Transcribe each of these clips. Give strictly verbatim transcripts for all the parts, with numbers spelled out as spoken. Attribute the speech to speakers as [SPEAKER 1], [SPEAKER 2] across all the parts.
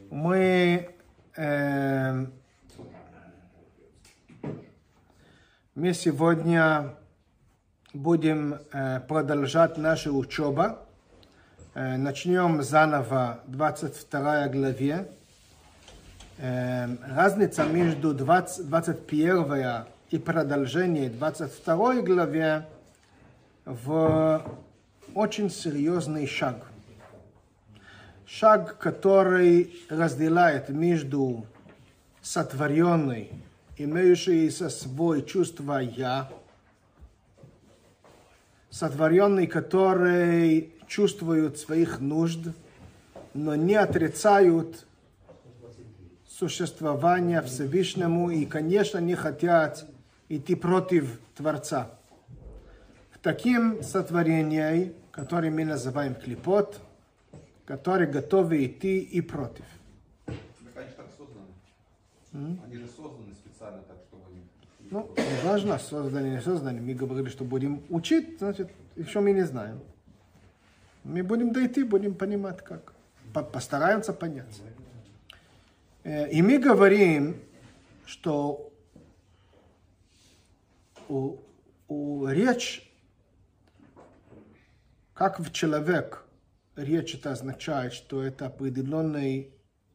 [SPEAKER 1] Мы, э, мы сегодня будем э, продолжать нашу учебу. Э, начнем заново двадцать второй главе. Э, разница между двадцать, двадцать первой и продолжением двадцать второй главе в очень серьезный шаг. Шаг, который разделяет между сотворенной, имеющей свое чувство «я», сотворенный, который чувствует своих нужд, но не отрицают существование Всевышнему и, конечно, не хотят идти против Творца. В таким сотворении, которое мы называем клипот, которые готовы идти и против.
[SPEAKER 2] Так они же так созданы. Mm? Они же созданы специально так, чтобы они...
[SPEAKER 1] Ну, не важно, созданы, не созданы. Мы говорили, что будем учить, значит, еще мы не знаем. Мы будем дойти, будем понимать, как. Постараемся понять. И мы говорим, что у, у речь, как в человек, речь это означает, что это определенный,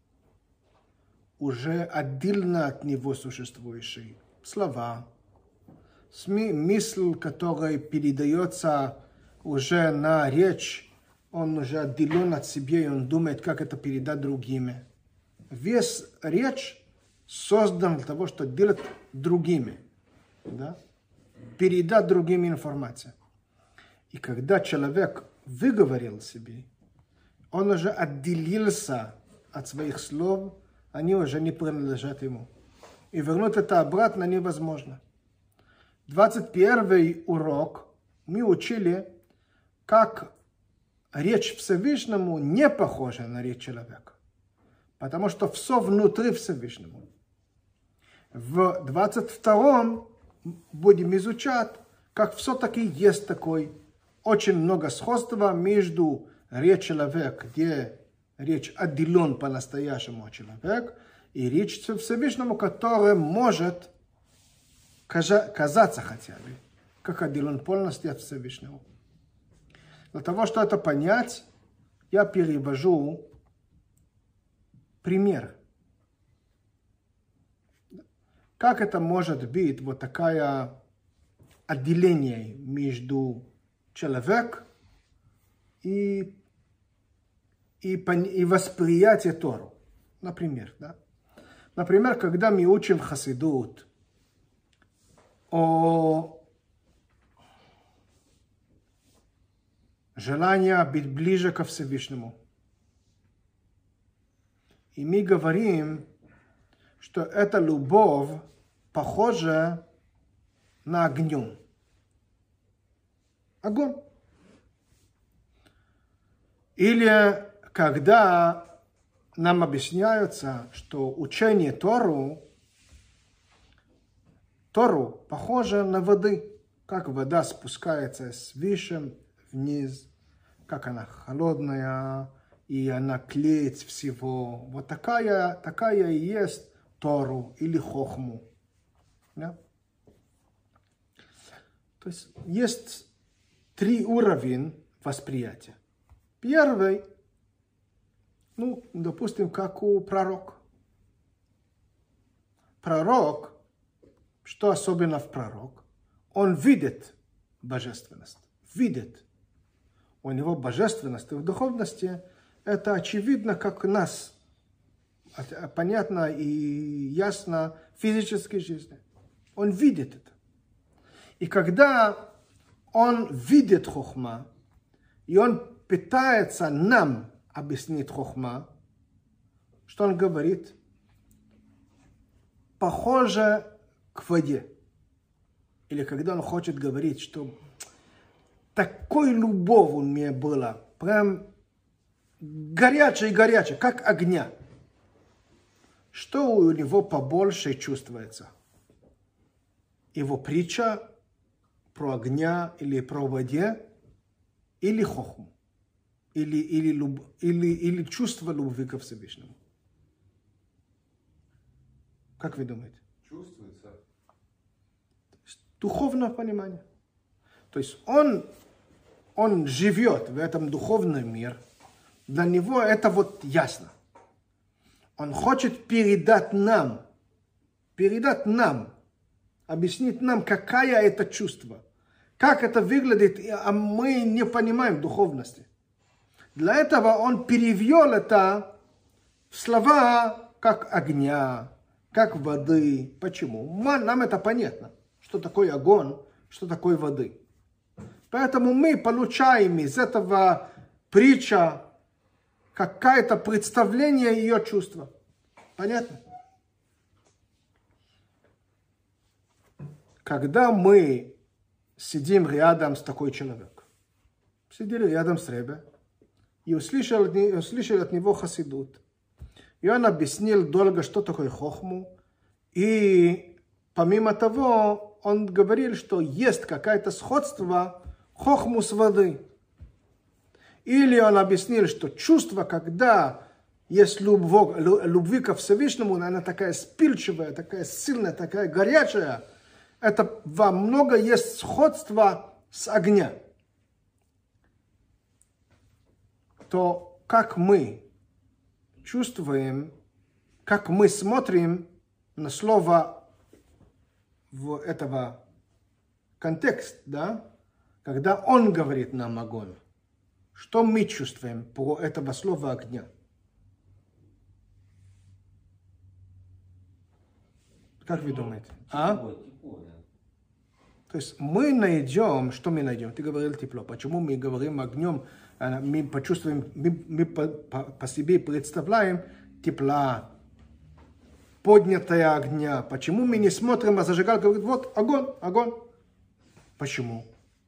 [SPEAKER 1] уже отдельно от него существующий слова, мысль, которая передается уже на речь, он уже отделен от себя, и он думает, как это передать другими. Весь речь создан для того, чтобы делать другими, да? Передать другим информацию. И когда человек выговорил себе, он уже отделился от своих слов, они уже не принадлежат ему. И вернуть это обратно невозможно. двадцать первый урок мы учили, как речь Всевышнему не похожа на речь человека. Потому что все внутри Всевышнему. В двадцать втором будем изучать, как все-таки есть такой очень много сходства между речью человека, где речь отделен по-настоящему от человека, и речь Всевышнему, который может казаться хотя бы, как отделен полностью от Всевышнего. Для того, чтобы это понять, я перевожу пример. Как это может быть вот такое отделение между человеком и, и, и восприятие Тору. Например, да? Например, когда мы учим хасидут о желании быть ближе ко Всевышнему. И мы говорим, что эта любовь похожа на огонь. Огонь. Или когда нам объясняется, что учение Тору, Тору похоже на воды, как вода спускается свыше вниз, как она холодная, и она клеит всего. Вот такая, такая и есть Тору или хохму. Да? То есть есть три уровня восприятия. Первый, ну, допустим, как у пророка. Пророк, что особенно в пророк, он видит божественность, видит. У него божественность в духовности, это очевидно, как у нас. Понятно и ясно в физической жизни. Он видит это. И когда он видит хохма, и он пытается нам объяснить хохма, что он говорит? Похоже к воде. Или когда он хочет говорить, что такой любовь у меня была, прям горячая-горячая, как огня. Что у него побольше чувствуется? Его притча про огня или про воде, или хохму, или, или, люб, или, или чувство любви ко Всевышнему. Как вы думаете?
[SPEAKER 2] Чувствуется.
[SPEAKER 1] Духовное понимание. То есть он, он живет в этом духовном мире. Для него это вот ясно. Он хочет передать нам, передать нам, объяснить нам, какая это чувство. Как это выглядит, а мы не понимаем духовности. Для этого он перевел это в слова, как огня, как воды. Почему? Нам это понятно, что такое огонь, что такое воды. Поэтому мы получаем из этого притча какое-то представление ее чувства. Понятно? Когда мы сидим рядом с такой человеком, сидели рядом с Ребе, и услышали, услышали от него хасидут, и он объяснил долго, что такое хохму, и помимо того, он говорил, что есть какое-то сходство хохму с воды. Или он объяснил, что чувство, когда есть любовь, любви ко Всевышнему, она такая спильчивая, такая сильная, такая горячая, это во много есть сходство с огня. То как мы чувствуем, как мы смотрим на слово в этого контекст, да, когда он говорит нам огонь, что мы чувствуем по этого слова огня? Как вы думаете? А? То есть мы найдем, что мы найдем? Ты говорил тепло. Почему мы говорим огнем? Мы почувствуем, мы, мы по, по, по себе представляем тепла, поднятая огня. Почему мы не смотрим, а зажигалка говорит, вот огонь, огонь. Почему?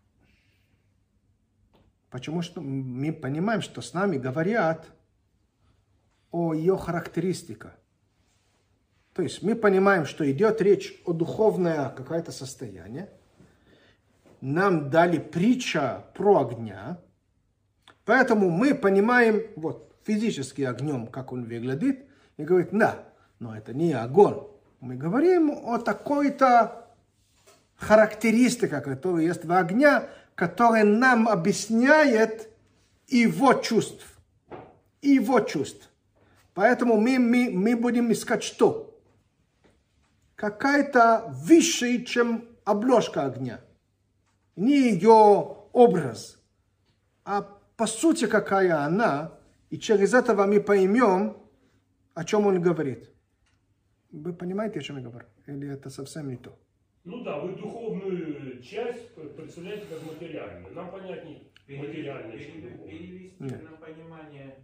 [SPEAKER 1] Потому что мы понимаем, что с нами говорят о ее характеристиках. То есть мы понимаем, что идет речь о духовное какое-то состояние. Нам дали притча про огня. Поэтому мы понимаем вот физически огнем, как он выглядит. И говорит, да, но это не огонь. Мы говорим о такой-то характеристике, которая есть в огне, которая нам объясняет его чувств. Его чувств. Поэтому мы, мы, мы будем искать что? Какая-то выше, чем обложка огня. Не ее образ, а по сути какая она. И через это мы поймем, о чем он говорит. Вы понимаете, о чем я говорю? Или это совсем не то?
[SPEAKER 3] Ну да, вы духовную часть представляете как материальную. Нам понятнее материальное, чем духовное.
[SPEAKER 4] Перевести
[SPEAKER 1] Нет.
[SPEAKER 4] на понимание.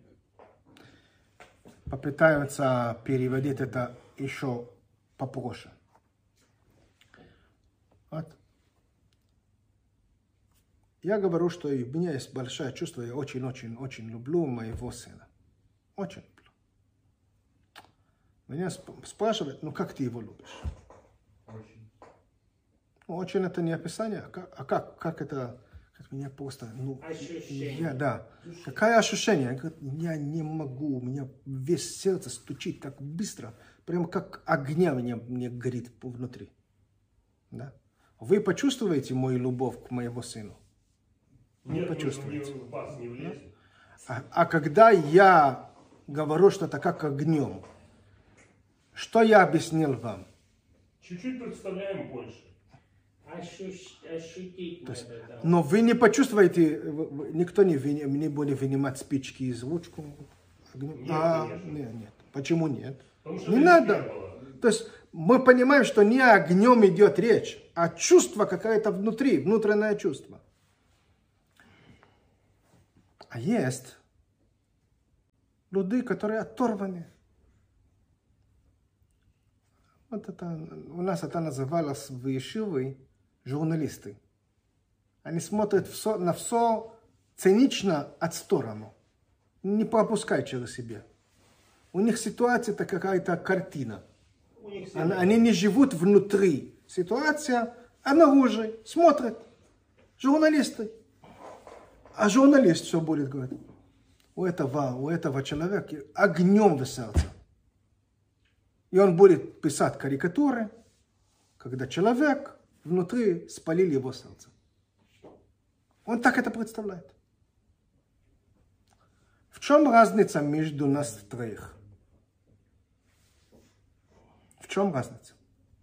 [SPEAKER 1] Попытаемся переводить это еще попроще. Вот. Я говорю, что у меня есть большое чувство, я очень-очень-очень люблю моего сына. Очень люблю. Меня сп- спрашивают, ну как ты его любишь?
[SPEAKER 4] Очень.
[SPEAKER 1] Ну, очень это не описание, а как, а как, как это, как меня просто, ну,
[SPEAKER 3] Ощущение.
[SPEAKER 1] я, да. Какое ощущение? Я, говорю, я не могу, у меня весь сердце стучит так быстро, прямо как огня мне, мне горит внутри. Да? Вы почувствуете мою любовь к моему сыну?
[SPEAKER 3] Нет,
[SPEAKER 1] почувствуете.
[SPEAKER 3] мы в вас не влезем.
[SPEAKER 1] А, а когда я говорю что-то как огнем, что я объяснил вам?
[SPEAKER 3] Чуть-чуть представляем больше.
[SPEAKER 4] Ощущ- ощутить
[SPEAKER 1] То есть,
[SPEAKER 4] надо, да.
[SPEAKER 1] но вы не почувствуете, вы- вы- никто не, ви- не будет вынимать спички из ручку? огнем?
[SPEAKER 3] Нет,
[SPEAKER 1] а,
[SPEAKER 3] конечно.
[SPEAKER 1] нет, нет. Почему нет?
[SPEAKER 3] Потому что
[SPEAKER 1] Не
[SPEAKER 3] это
[SPEAKER 1] надо.
[SPEAKER 3] первое.
[SPEAKER 1] То есть мы понимаем, что не о огнем идет речь, а чувство какое-то внутри, внутреннее чувство. А есть люди, которые оторваны. Вот это, у нас это называлось в Ешиве журналисты. Они смотрят всё, на все цинично от стороны. Не пропускай через себя. У них ситуация это какая-то картина.
[SPEAKER 3] У них все
[SPEAKER 1] Они, они не живут внутри. Ситуация, а наружу смотрят. Журналисты. А журналист все будет говорить. У этого, у этого человека огнем в сердце. И он будет писать карикатуры, когда человек внутри спалил его сердце. Он так это представляет. В чем разница между нас троих? В чем разница?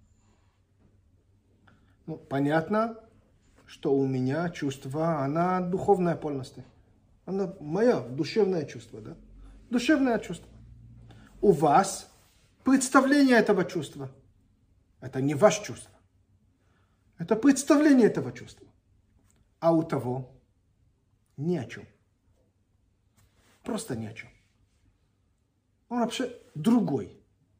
[SPEAKER 1] Ну, понятно, что у меня чувство, она духовное полностью. Она мое душевное чувство, да? Душевное чувство. У вас представление этого чувства. Это не ваше чувство. Это представление этого чувства. А у того ни о чем. Просто ни о чем. Он вообще другой.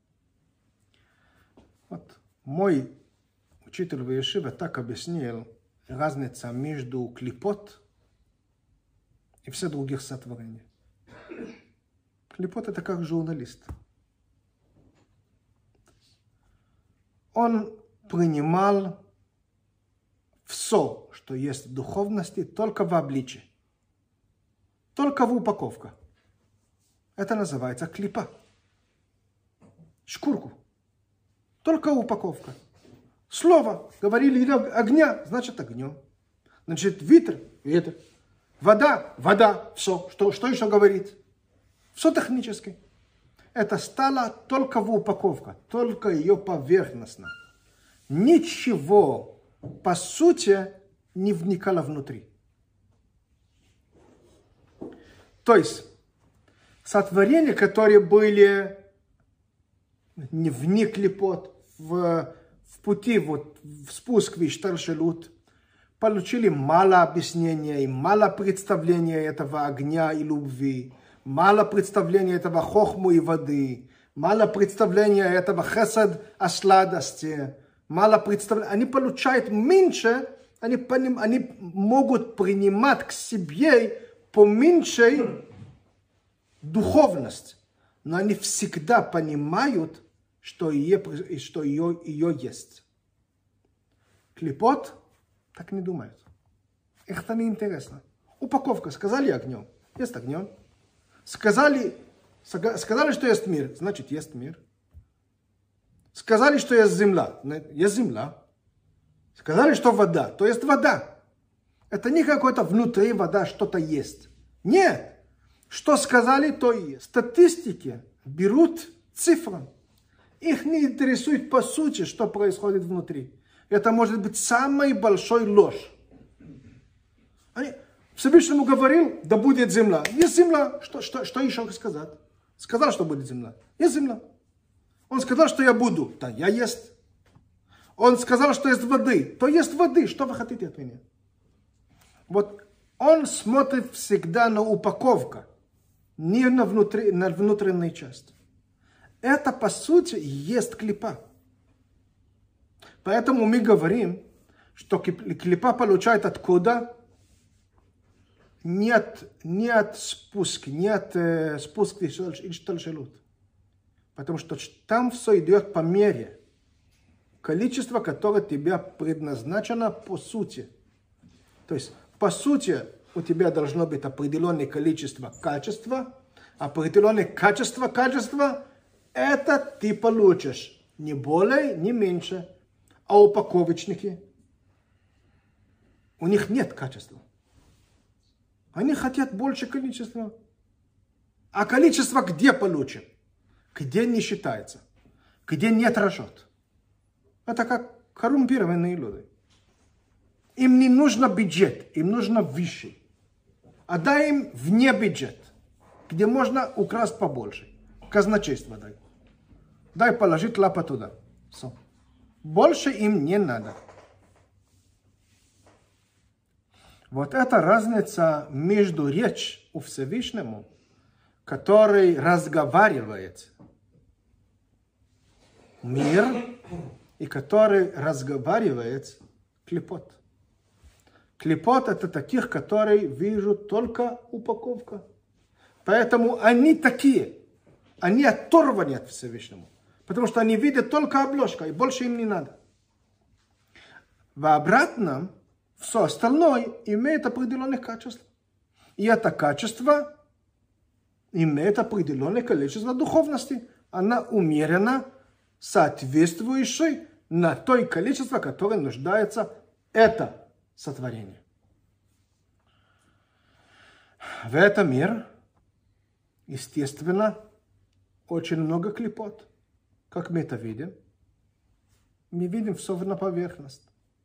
[SPEAKER 1] Вот мой учитель в Ешиве так объяснил разницу между клипот и все других сотворений. Клипот это как журналист. Он принимал все, что есть в духовности, только в обличии. Только в упаковке. Это называется клипа. Шкурку. Только упаковка. Слово. Говорили огня, значит огнем. Значит ветер, ветер. Вода, вода. Все. Что, что еще говорит? Все технически. Это стало только в упаковке. Только ее поверхностно. Ничего, по сути, не вникало внутри. То есть, сотворения, которые были, не вникли под, в, в пути, вот, в спуск в Иштальшелут, получили мало объяснения и мало представления этого огня и любви, мало представления этого хохму и воды, мало представления этого хесед о сладости, мало представления. Они получают меньше, они, они могут принимать к себе поменьшей духовность, но они всегда понимают, что ее, что ее, ее есть. Клипот так не думают. Их это не интересно. Упаковка. Сказали огнем. Есть огнем. Сказали, сказали, что есть мир. Значит, есть мир. Сказали, что есть земля. Есть земля. Сказали, что вода. То есть вода. Это не какой-то внутри вода что-то есть. Нет. Что сказали, то и есть. Статистики берут цифры. Их не интересует по сути, что происходит внутри. Это может быть самой большой ложь. Они, Всевышнему говорил, да будет земля. Есть земля. Что, что, что еще сказать? Сказал, что будет земля. Есть земля. Он сказал, что я буду. Да, я есть. Он сказал, что есть воды. То есть воды. Что вы хотите от меня? Вот он смотрит всегда на упаковку, не на, внутри, на внутреннюю часть. Это, по сути, есть клипа. Поэтому мы говорим, что клипа получает откуда? Нет, нет спуска, нет э, спуска Иштальшелут. Потому что там все идет по мере. Количество, которое тебе предназначено по сути. То есть, по сути, у тебя должно быть определенное количество качества. Определенное качество качества, это ты получишь. Ни более, ни меньше. А упаковочники, у них нет качества. Они хотят больше количества. А количество где получим? Где не считается? Где нет расчет? Это как коррумпированные люди. Им не нужно бюджет, им нужно выше. А дай им вне бюджет, где можно украсть побольше. Казначейство дай. Дай положить лапа туда. Все. Больше им не надо. Вот это разница между речь у Всевышнему, который разговаривает мир, и который разговаривает клипот. Клипот это таких, которые видят только упаковка. Поэтому они такие, они оторваны от Всевышнему. Потому что они видят только обложку, и больше им не надо. В обратном, все остальное имеет определенных качеств. И это качество имеет определенное количество духовности. Она умерена соответствующей на то количество, которое нуждается это сотворение. В этом мир, естественно, очень много клепот. Как мы это видим? Мы видим все на поверхность.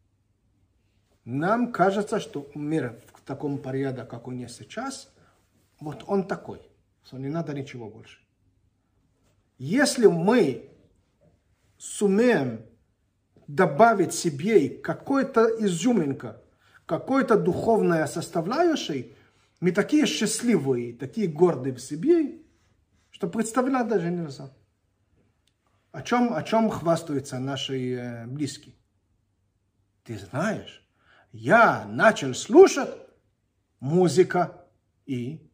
[SPEAKER 1] Нам кажется, что мир в таком порядке, как он есть сейчас, вот он такой, что не надо ничего больше. Если мы сумеем добавить себе какой-то изюминка, какой-то духовная составляющая, мы такие счастливые, такие гордые в себе, что представлять даже нельзя. О чем, о чем хвастаются наши э, близкие? Ты знаешь, я начал слушать музыка, и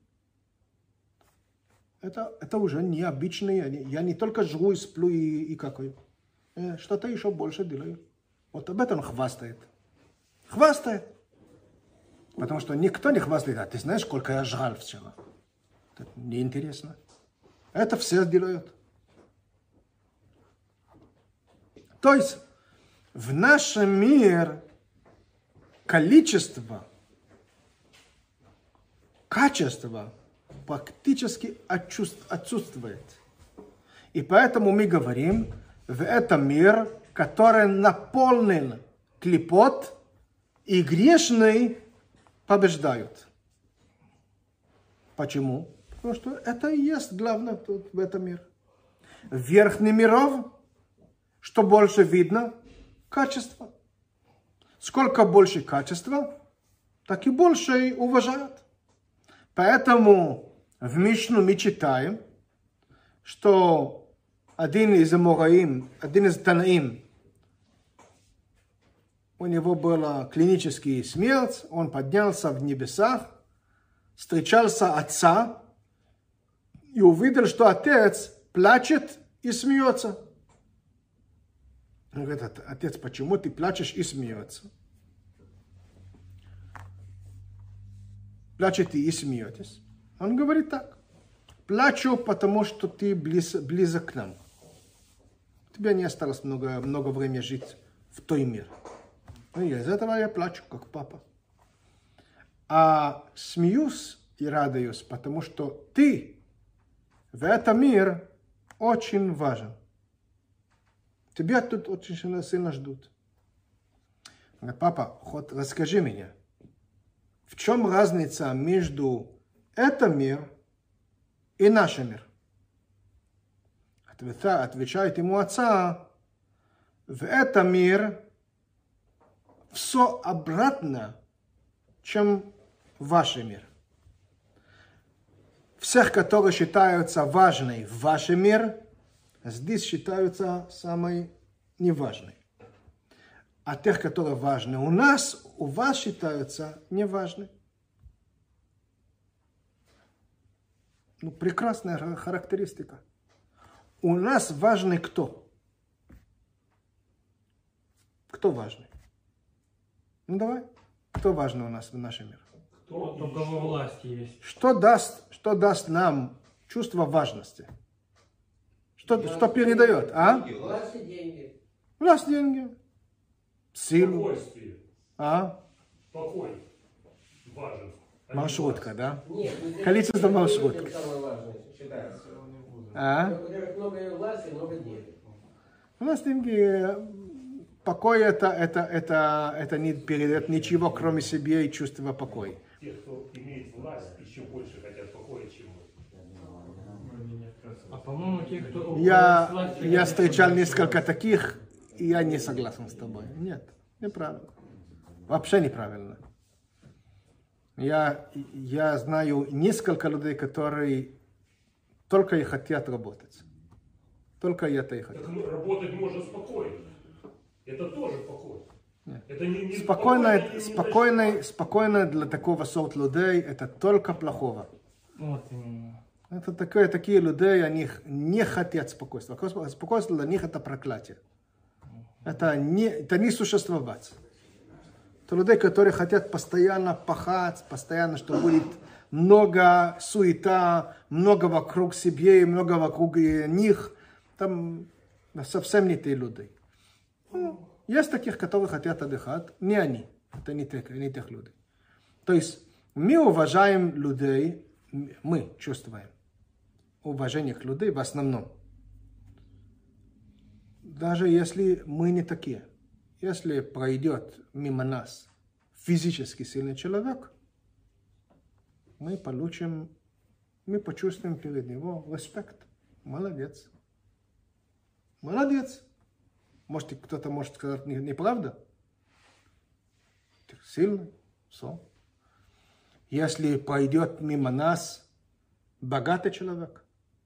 [SPEAKER 1] это, это уже необычное. Я не только жру и сплю, и, и какой. Э, что-то еще больше делаю. Вот об этом хвастает. Хвастает. Потому что никто не хвастает. А ты знаешь, сколько я жрал вчера? Это неинтересно. Это все делают. То есть в нашем мире количество, качество практически отсутствует. И поэтому мы говорим, в этом мир, который наполнен клепот, и грешные побеждают. Почему? Потому что это и есть главное тут, в этом мире. В верхних миров, что больше видно, качество. Сколько больше качества, так и больше уважают. Поэтому в Мишну мы читаем, что один из Амораим, один из Танаим, у него была клиническая смерть, он поднялся в небесах, встречался отца и увидел, что отец плачет и смеется. Он говорит: отец, почему ты плачешь и смеется? Плачете и смеетесь. Он говорит так: плачу, потому что ты близ, близок к нам. У тебя не осталось много, много времени жить в той мире. Ну, и из этого я плачу, как папа. А смеюсь и радуюсь, потому что ты в этом мире очень важен. Тебя тут очень сильно ждут. Он говорит: папа, хоть расскажи мне, в чем разница между этим миром и нашим миром? Отвечает ему отца: в этом мире все обратно, чем в вашем мире. Всех, которые считаются важными в вашем мире, здесь считаются самой неважной. А тех, которые важны у нас, у вас считаются неважны. Ну, прекрасная характеристика. У нас важный кто? Кто важный? Ну, давай. Кто важный у нас в нашем мире?
[SPEAKER 3] Кто
[SPEAKER 4] У кого власть есть.
[SPEAKER 1] Что даст, что даст нам чувство важности? Что, что передает, а?
[SPEAKER 5] Власть и деньги.
[SPEAKER 1] Власть, деньги, силу,
[SPEAKER 3] Спокойствие.
[SPEAKER 1] а?
[SPEAKER 3] Спокой. Важен. А не
[SPEAKER 1] Маршрутка, да?
[SPEAKER 5] Нет, ну,
[SPEAKER 1] Количество
[SPEAKER 5] деньги
[SPEAKER 1] маршруток.
[SPEAKER 5] это самое важное, считается.
[SPEAKER 1] А?
[SPEAKER 5] Во-первых, много власти, много денег.
[SPEAKER 1] У нас деньги, покой это, это, это, это не передает ничего, кроме себя и чувства покоя.
[SPEAKER 3] Те, кто имеет власть, еще больше хотят покоя, чем мы.
[SPEAKER 4] А по-моему, те, кто...
[SPEAKER 1] Я,
[SPEAKER 4] власть,
[SPEAKER 1] я
[SPEAKER 4] хотят
[SPEAKER 1] встречал
[SPEAKER 4] больше.
[SPEAKER 1] несколько таких, и я не согласен с тобой. Нет, неправильно. Вообще неправильно. Я, я знаю несколько людей, которые только и хотят работать. Только это и хотят.
[SPEAKER 3] Так ну, работать можно спокойно. Это тоже покой.
[SPEAKER 1] Нет.
[SPEAKER 3] Это не, не
[SPEAKER 1] Спокойно,
[SPEAKER 3] покой, не- не
[SPEAKER 1] спокойно, спокойно для такого сорта людей это только плохого.
[SPEAKER 4] Вот именно.
[SPEAKER 1] Это такие, такие люди, они не хотят спокойствия. Спокойствие для них это проклятие. Это не, это не существовать. Это люди, которые хотят постоянно пахать, постоянно, что будет много суета, много вокруг себя, много вокруг них. Там Совсем не те люди. Ну, есть таких, которые хотят отдыхать, не они. Это не тех, не тех людей. То есть мы уважаем людей, мы чувствуем уважение к людей в основном. Даже если мы не такие. Если пройдет мимо нас физически сильный человек, мы получим, мы почувствуем перед него респект. Молодец. Молодец. Может, кто-то может сказать неправда? Ты сильный. Все. Если пройдет мимо нас богатый человек,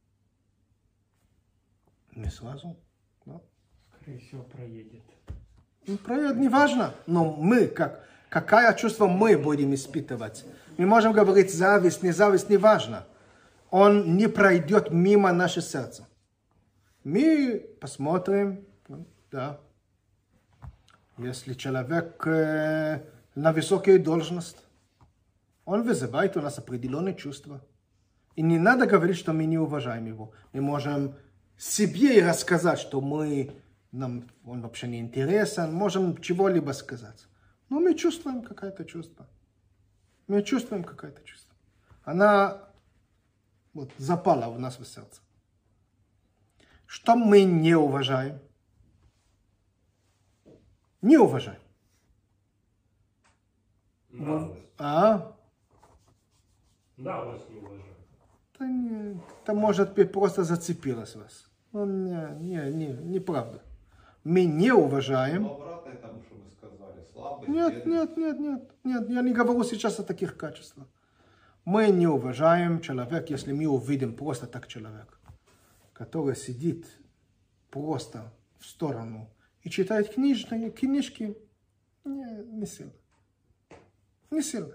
[SPEAKER 1] не сразу. Да?
[SPEAKER 4] Скорее всего, проедет.
[SPEAKER 1] Ну, проедет, не важно. Но мы, как, какое чувство мы будем испытывать? Мы можем говорить зависть, не зависть, не важно. Он не пройдет мимо нашего сердца. Мы посмотрим, да. Если человек э, на высокой должности, он вызывает у нас определенные чувства. И не надо говорить, что мы не уважаем его. Мы можем себе рассказать, что мы, нам он вообще не интересен, можем чего-либо сказать. Но мы чувствуем какое-то чувство. Мы чувствуем какое-то чувство. Она вот, запала в нас в сердце. Что мы не уважаем? Не уважаем.
[SPEAKER 3] Наглость.
[SPEAKER 1] А?
[SPEAKER 3] Наглость не уважаю.
[SPEAKER 1] Да не, это может быть просто зацепилось вас. Ну, не, не, не, неправда. Мы не уважаем.
[SPEAKER 2] Но обратное тому, что вы сказали. Слабость,
[SPEAKER 1] Нет,
[SPEAKER 2] бедность.
[SPEAKER 1] нет, нет, нет, нет. Я не говорю сейчас о таких качествах. Мы не уважаем человека, если мы увидим просто так человека, который сидит просто в сторону и читает книжные, книжки. Не, не сильно. Не сильно.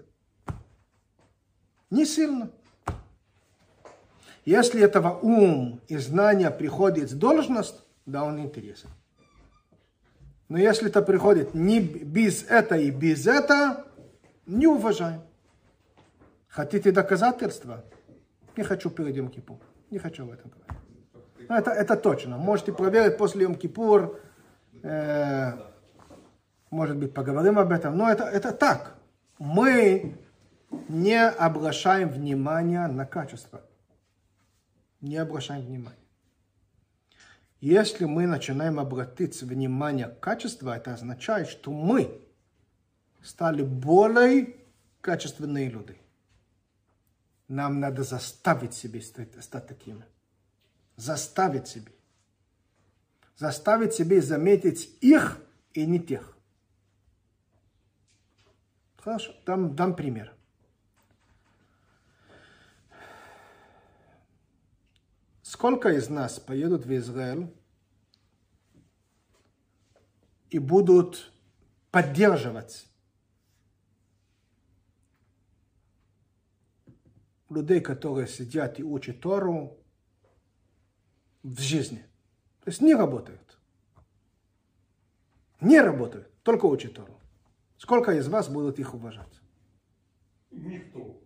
[SPEAKER 1] Не сильно. Если этого ум и знания приходит с должность, да, он интересен. Но если это приходит не без этого и без этого, не уважаем. Хотите доказательства? Не хочу перед Йом-Кипур. Не хочу об этом говорить. Это, это точно. Можете проверить после Йом-Кипур. Э, может быть, поговорим об этом. Но это, это так. Мы не обращаем внимания на качество. Не обращаем внимания. Если мы начинаем обратить внимание к качеству, это означает, что мы стали более качественные люди. Нам надо заставить себя стать, стать такими. Заставить себя. Заставить себя заметить их и не тех. Хорошо, дам, дам пример. Сколько из нас поедут в Израиль и будут поддерживать людей, которые сидят и учат Тору в жизни? То есть не работают. Не работают, только учат Тору. Сколько из вас будут их уважать?
[SPEAKER 3] Никто.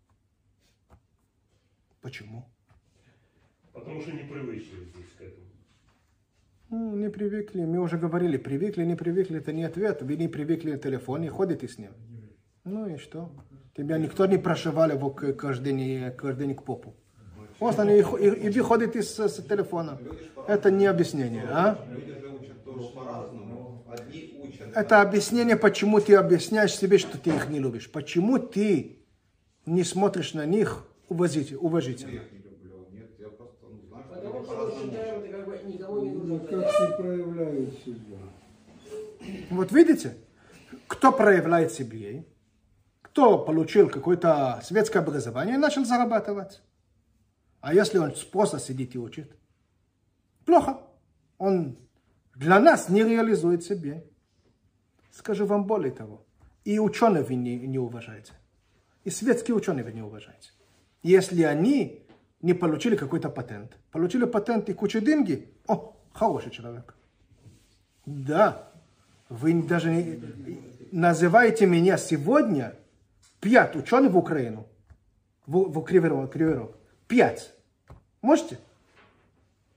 [SPEAKER 1] Почему?
[SPEAKER 3] Потому что не привычны здесь к этому.
[SPEAKER 1] Ну, не привыкли. Мы уже говорили, привыкли, не привыкли, это не ответ. Вы не привыкли на телефоне, ходите с ним. Ну и что? Тебя никто не прошивал его каждый день, каждый день к попу. Просто они, и, и вы ходите с, с телефона. Это не объяснение, а?
[SPEAKER 2] Люди же учат Тору по-разному. Одни учат.
[SPEAKER 1] Это объяснение, почему ты объясняешь себе, что ты их не любишь. Почему ты не смотришь на них уважительно.
[SPEAKER 2] Я их не люблю. Нет, я просто ну, знаю, что
[SPEAKER 5] Потому
[SPEAKER 2] люди
[SPEAKER 5] что мы
[SPEAKER 2] по-разному
[SPEAKER 5] считаем,
[SPEAKER 2] учат.
[SPEAKER 5] это как бы никому не нужно.
[SPEAKER 6] Как не проявляют себя.
[SPEAKER 1] Вот видите, кто проявляет себе, кто получил какое-то светское образование и начал зарабатывать. А если он просто сидит и учит? Плохо. Он для нас не реализует себе. Скажу вам более того. И ученые вы не, не уважаете. И светские ученые вы не уважаете. Если они не получили какой-то патент, получили патент и кучу денег, о, хороший человек. Да. Вы даже не называете меня сегодня пять ученых в Украину. В, в Кривий Рог. Пять. Можете?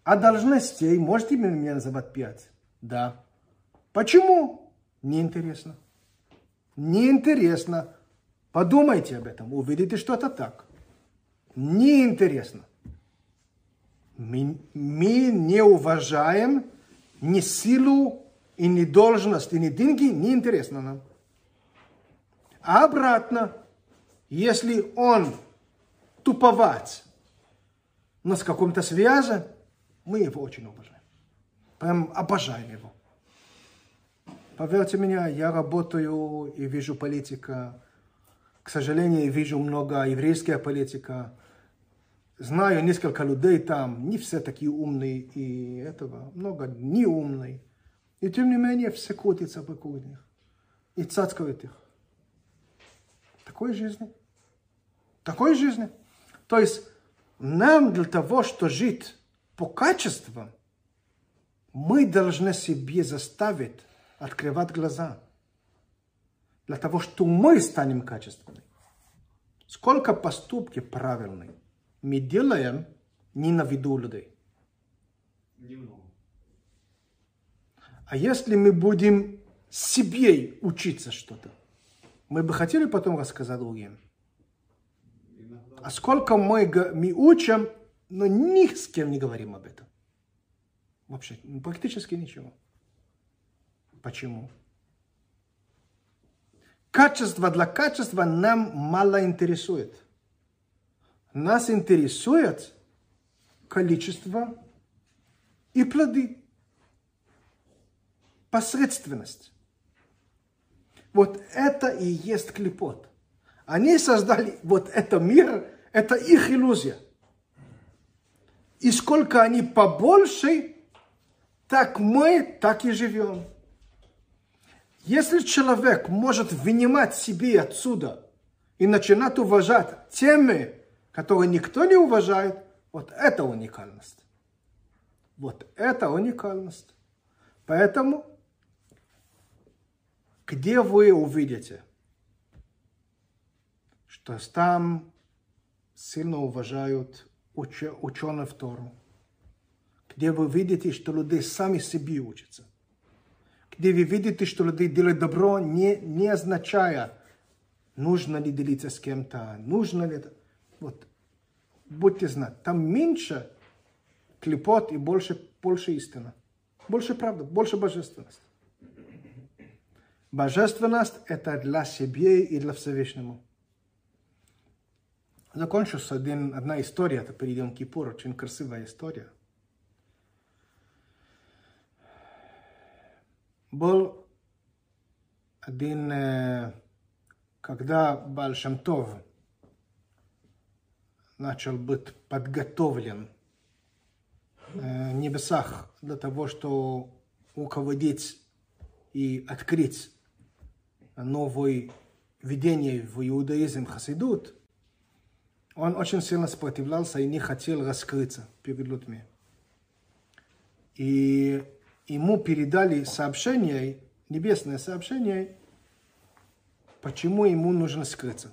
[SPEAKER 1] А должностей можете мне называть пять? Да. Почему? Неинтересно. Неинтересно. Подумайте об этом, увидите, что это так. Неинтересно. Мы, мы не уважаем ни силу, и ни должность, и ни деньги, неинтересно нам. А обратно, если он туповат, но с каком-то связи, мы его очень уважаем. Прям обожаем его. Поверьте мне, я работаю и вижу политика. К сожалению, вижу много еврейская политика. Знаю несколько людей там, не все такие умные, и этого много не умные. И тем не менее, все крутятся вокруг них. И цацкают их. Такой жизни. Такой жизни. То есть, нам для того, чтобы жить по качествам, мы должны себе заставить открывать глаза. Для того, чтобы мы станем качественными. Сколько поступки правильные мы делаем не на виду людей.
[SPEAKER 2] Немного.
[SPEAKER 1] А если мы будем себе учиться что-то, мы бы хотели потом рассказать другим.
[SPEAKER 2] Иногда.
[SPEAKER 1] А сколько мы, мы учим, но ни с кем не говорим об этом. Вообще, практически ничего. Почему? Качество для качества нам мало интересует. Нас интересует количество и плоды. Посредственность. Вот это и есть клипот. Они создали вот этот мир, это их иллюзия. И сколько они побольше, так мы так и живем. Если человек может вынимать себе отсюда и начинать уважать темы, которые никто не уважает, вот это уникальность. Вот это уникальность. Поэтому, где вы увидите, что там сильно уважают уч- ученых в Тору, где вы видите, что люди сами себе учатся, где вы видите, что люди делают добро, не, не означая, нужно ли делиться с кем-то, нужно ли это. Вот, будьте знать, там меньше клепот и больше, больше истины. Больше правды, больше божественности. Божественность – это для себя и для Всевышнего. Закончу с один, одна история, это перед Йом Кипур, очень красивая история. Был один, когда Баал Шем Тов начал быть подготовлен в небесах для того, чтобы руководить и открыть новое видение в иудаизм, хасидут, он очень сильно сопротивлялся и не хотел раскрыться перед людьми. И ему передали сообщение, небесное сообщение, почему ему нужно скрыться.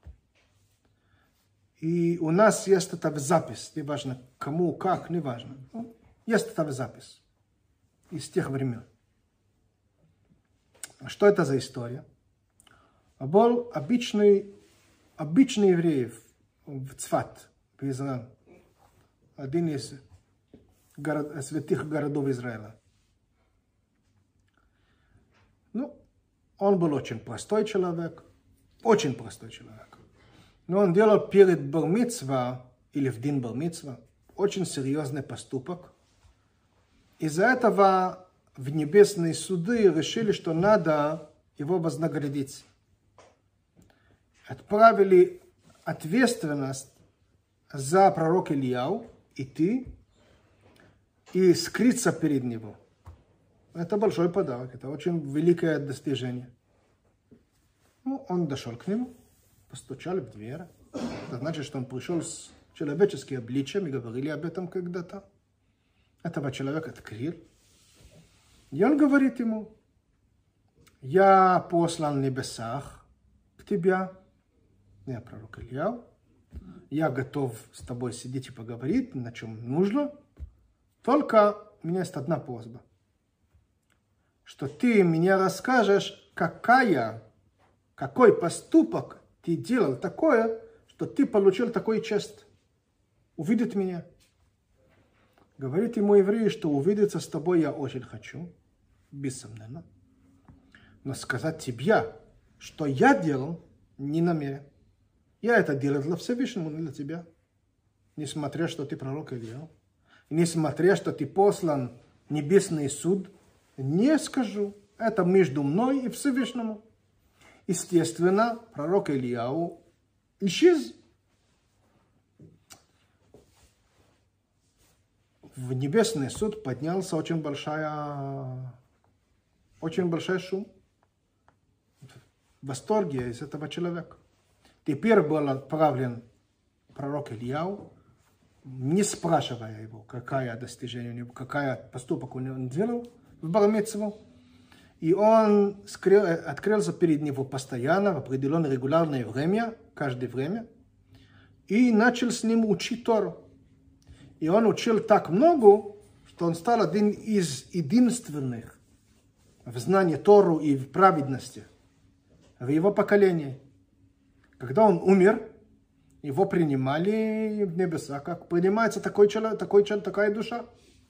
[SPEAKER 1] И у нас есть эта запись, не важно кому, как, не важно. Есть эта запись из тех времен. Что это за история? Был обычный, обычный еврей в Цфат, в Израиле. Один из город, святых городов Израиля. Ну, он был очень простой человек, очень простой человек. Но он делал перед бар-мицва, или в день бар-мицва, очень серьезный поступок. Из-за этого в небесные суды решили, что надо его вознаградить. Отправили ответственность за пророка Ильяу идти и скрыться перед него. Это большой подарок, это очень великое достижение. Ну, он дошел к нему, постучали в дверь. Это значит, что он пришел с человеческим обличием, и говорили об этом когда-то. Этого человека открыл. И он говорит ему: я послан в небесах к тебе, я пророк Ильяу, я готов с тобой сидеть и поговорить, на чем нужно. Только у меня есть одна просьба. Что ты мне расскажешь, какая, какой поступок ты делал такое, что ты получил такой честь. Увидеть меня. Говорит ему еврей, что увидеться с тобой я очень хочу. Бессомненно. Но сказать тебе, что я делал, не намерен. Я это делал для Всевышнего, не для тебя. Несмотря, что ты пророк Илья. Несмотря, что ты послан в небесный суд, не скажу. Это между мной и Всевышним. Естественно, пророк Ильяу исчез. В небесный суд поднялся очень большая, очень большой шум. В восторге из этого человека. Теперь был отправлен пророк Ильяу, не спрашивая его, какое достижение у него, какой поступок он делал в Бар-Мицву. И он скрыл, открылся перед него постоянно, в определенное регулярное время, каждое время, и начал с ним учить Тору. И он учил так много, что он стал один из единственных в знании Тору и в праведности в его поколении. Когда он умер, его принимали в небеса, как принимается такой человек, такой, такая душа.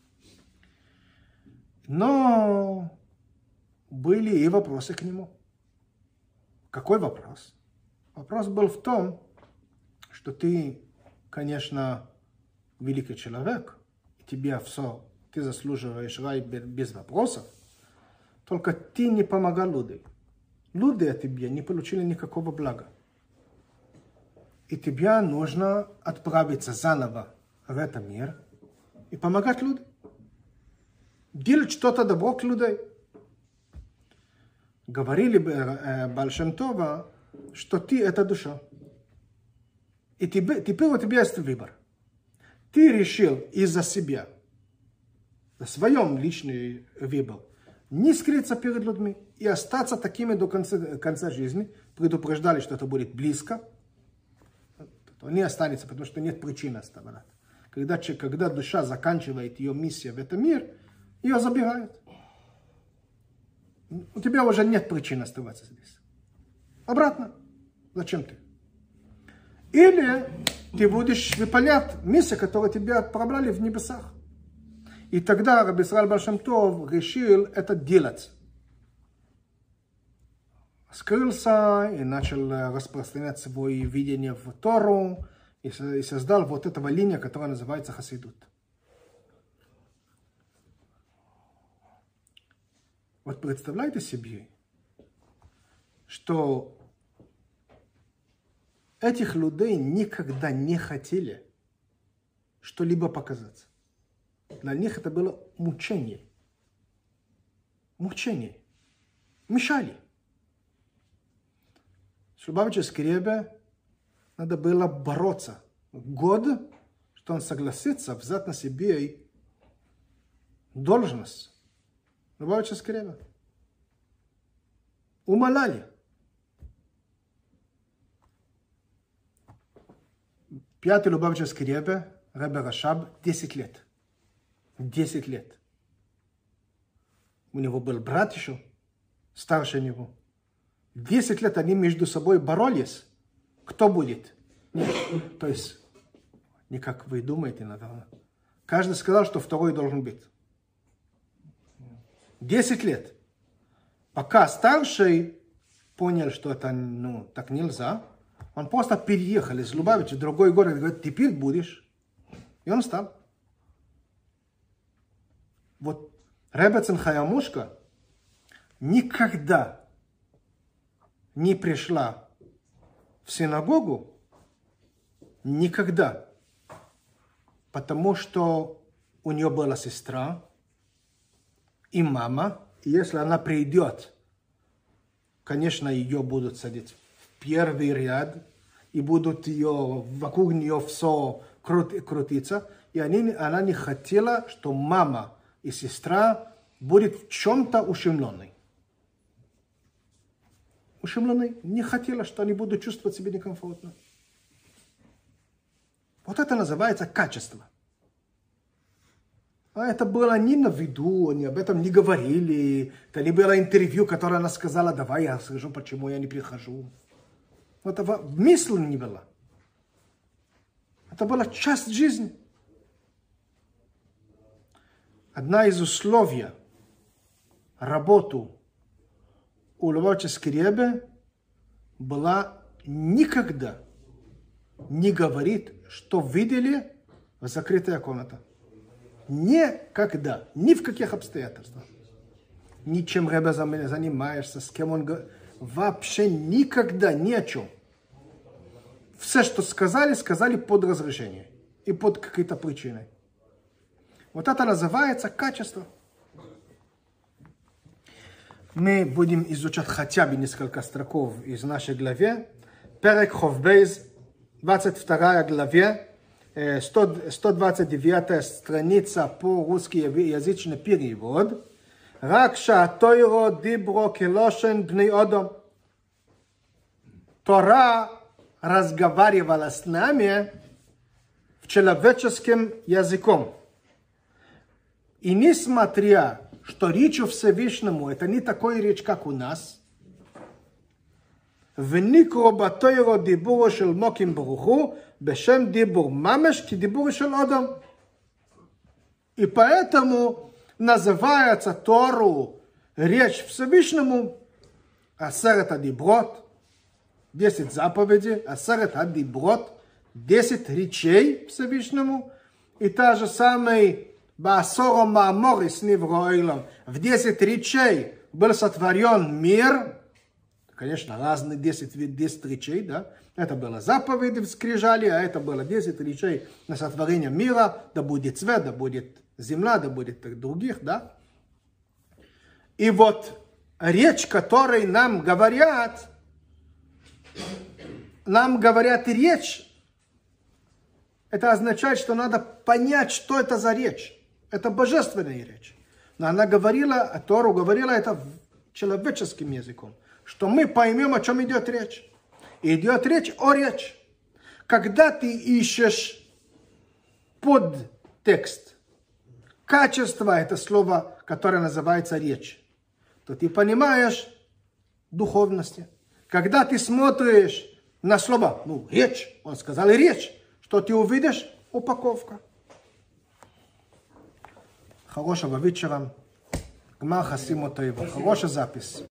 [SPEAKER 1] Но были и вопросы к нему. Какой вопрос? Вопрос был в том, что ты, конечно, великий человек, и тебе все, ты заслуживаешь рай без вопросов, только ты не помогал людям. Люди от тебя не получили никакого блага. И тебе нужно отправиться заново в этот мир и помогать людям. Делать что-то добро к людям. Говорили Баал Шем Това, что ты это душа. И тебе, теперь у тебя есть выбор. Ты решил из-за себя, за своем личный выбор, не скрыться перед людьми и остаться такими до конца, конца жизни. Предупреждали, что это будет близко. Он не останется, потому что нет причины оставаться. Когда, когда душа заканчивает ее миссию в этом мире, ее забирают. У тебя уже нет причин оставаться здесь. Обратно. Зачем ты? Или ты будешь выполнять миссию, которую тебя отправляли в небесах. И тогда Раби Исраэль Баал Шем Тов решил это делать. Скрылся и начал распространять свое видение в Тору и создал вот этого линию, которая называется Хасидут. Вот представляете себе, что этих людей никогда не хотели что-либо показать. Для них это было мучение. Мучение. Мешали. С Любавичем Ребе надо было бороться. Год, что он согласится взять на себе должность Любавичем Ребе. Умоляли. Пятый Любавичем Ребе, Ребе Рашаб, десять лет. десять лет. У него был брат еще, старше него. десять лет они между собой боролись. Кто будет? Нет. То есть, не как вы думаете, наверное. Каждый сказал, что второй должен быть. десять лет. Пока старший понял, что это ну, так нельзя, он просто переехал из Любавича в другой город и говорит, теперь будешь. И он стал. Вот Ребе Цимхая Мушка никогда не пришла в синагогу, никогда, потому что у нее была сестра и мама, и если она придет, конечно, ее будут садить в первый ряд, и будут ее, вокруг нее все крути, крутиться, и они, она не хотела, что мама и сестра будет в чем-то ущемленной. Ущемленной не хотела, что они будут чувствовать себя некомфортно. Вот это называется качество. А это было не на виду, они об этом не говорили. Это не было интервью, которое она сказала, давай я скажу, почему я не прихожу. Этого мысли не было. Это была часть жизни. Одна из условий работы у Лубавического ребе была никогда не говорить, что видели в закрытая комната. Никогда, ни в каких обстоятельствах. Ничем ребе занимаешься, с кем он говорит. Вообще никогда, ни о чем. Все, что сказали, сказали под разрешение и под какой-то причиной. Вот это называется качество. Мы будем изучать хотя бы несколько строков из нашей главы. Перек Ховбейз, двадцать вторая глава, сто двадцать девятая страница по русский язычный перевод. רק שהתוירו דיברו כלושן בני אדם. Тора разговаривала с нами в человеческим языком. И несмотря, что речь Всевышнему, это не такой речь, как у нас, וникרו בתוירו דיבורו של מוקים ברוך בשם דיבור ממש כדיבור של אדם. И поэтому называется Тору речь Всевышнему Асерет Адиброт, десять заповедей, Асерет Адиброт, десять речей Всевышнему, и та же самая Баасоро Мааморис Нивроилом, в десять речей был сотворен мир, конечно, разные десять, десять речей, да, это было заповеди в скрижали, а это было десять речей на сотворение мира, да будет свет, да будет земля, да будет других, да. И вот речь, которой нам говорят, нам говорят речь, это означает, что надо понять, что это за речь. Это божественная речь. Но она говорила, Тору говорила это человеческим языком, что мы поймем, о чем идет речь. Идет речь о речи. Когда ты ищешь подтекст, качество – это слово, которое называется речь, то ты понимаешь духовности. Когда ты смотришь на слово, ну, речь, он сказал речь, что ты увидишь? Упаковка. Хорошего вечера. Гмар Хасиму Тоева. Хорошая запись.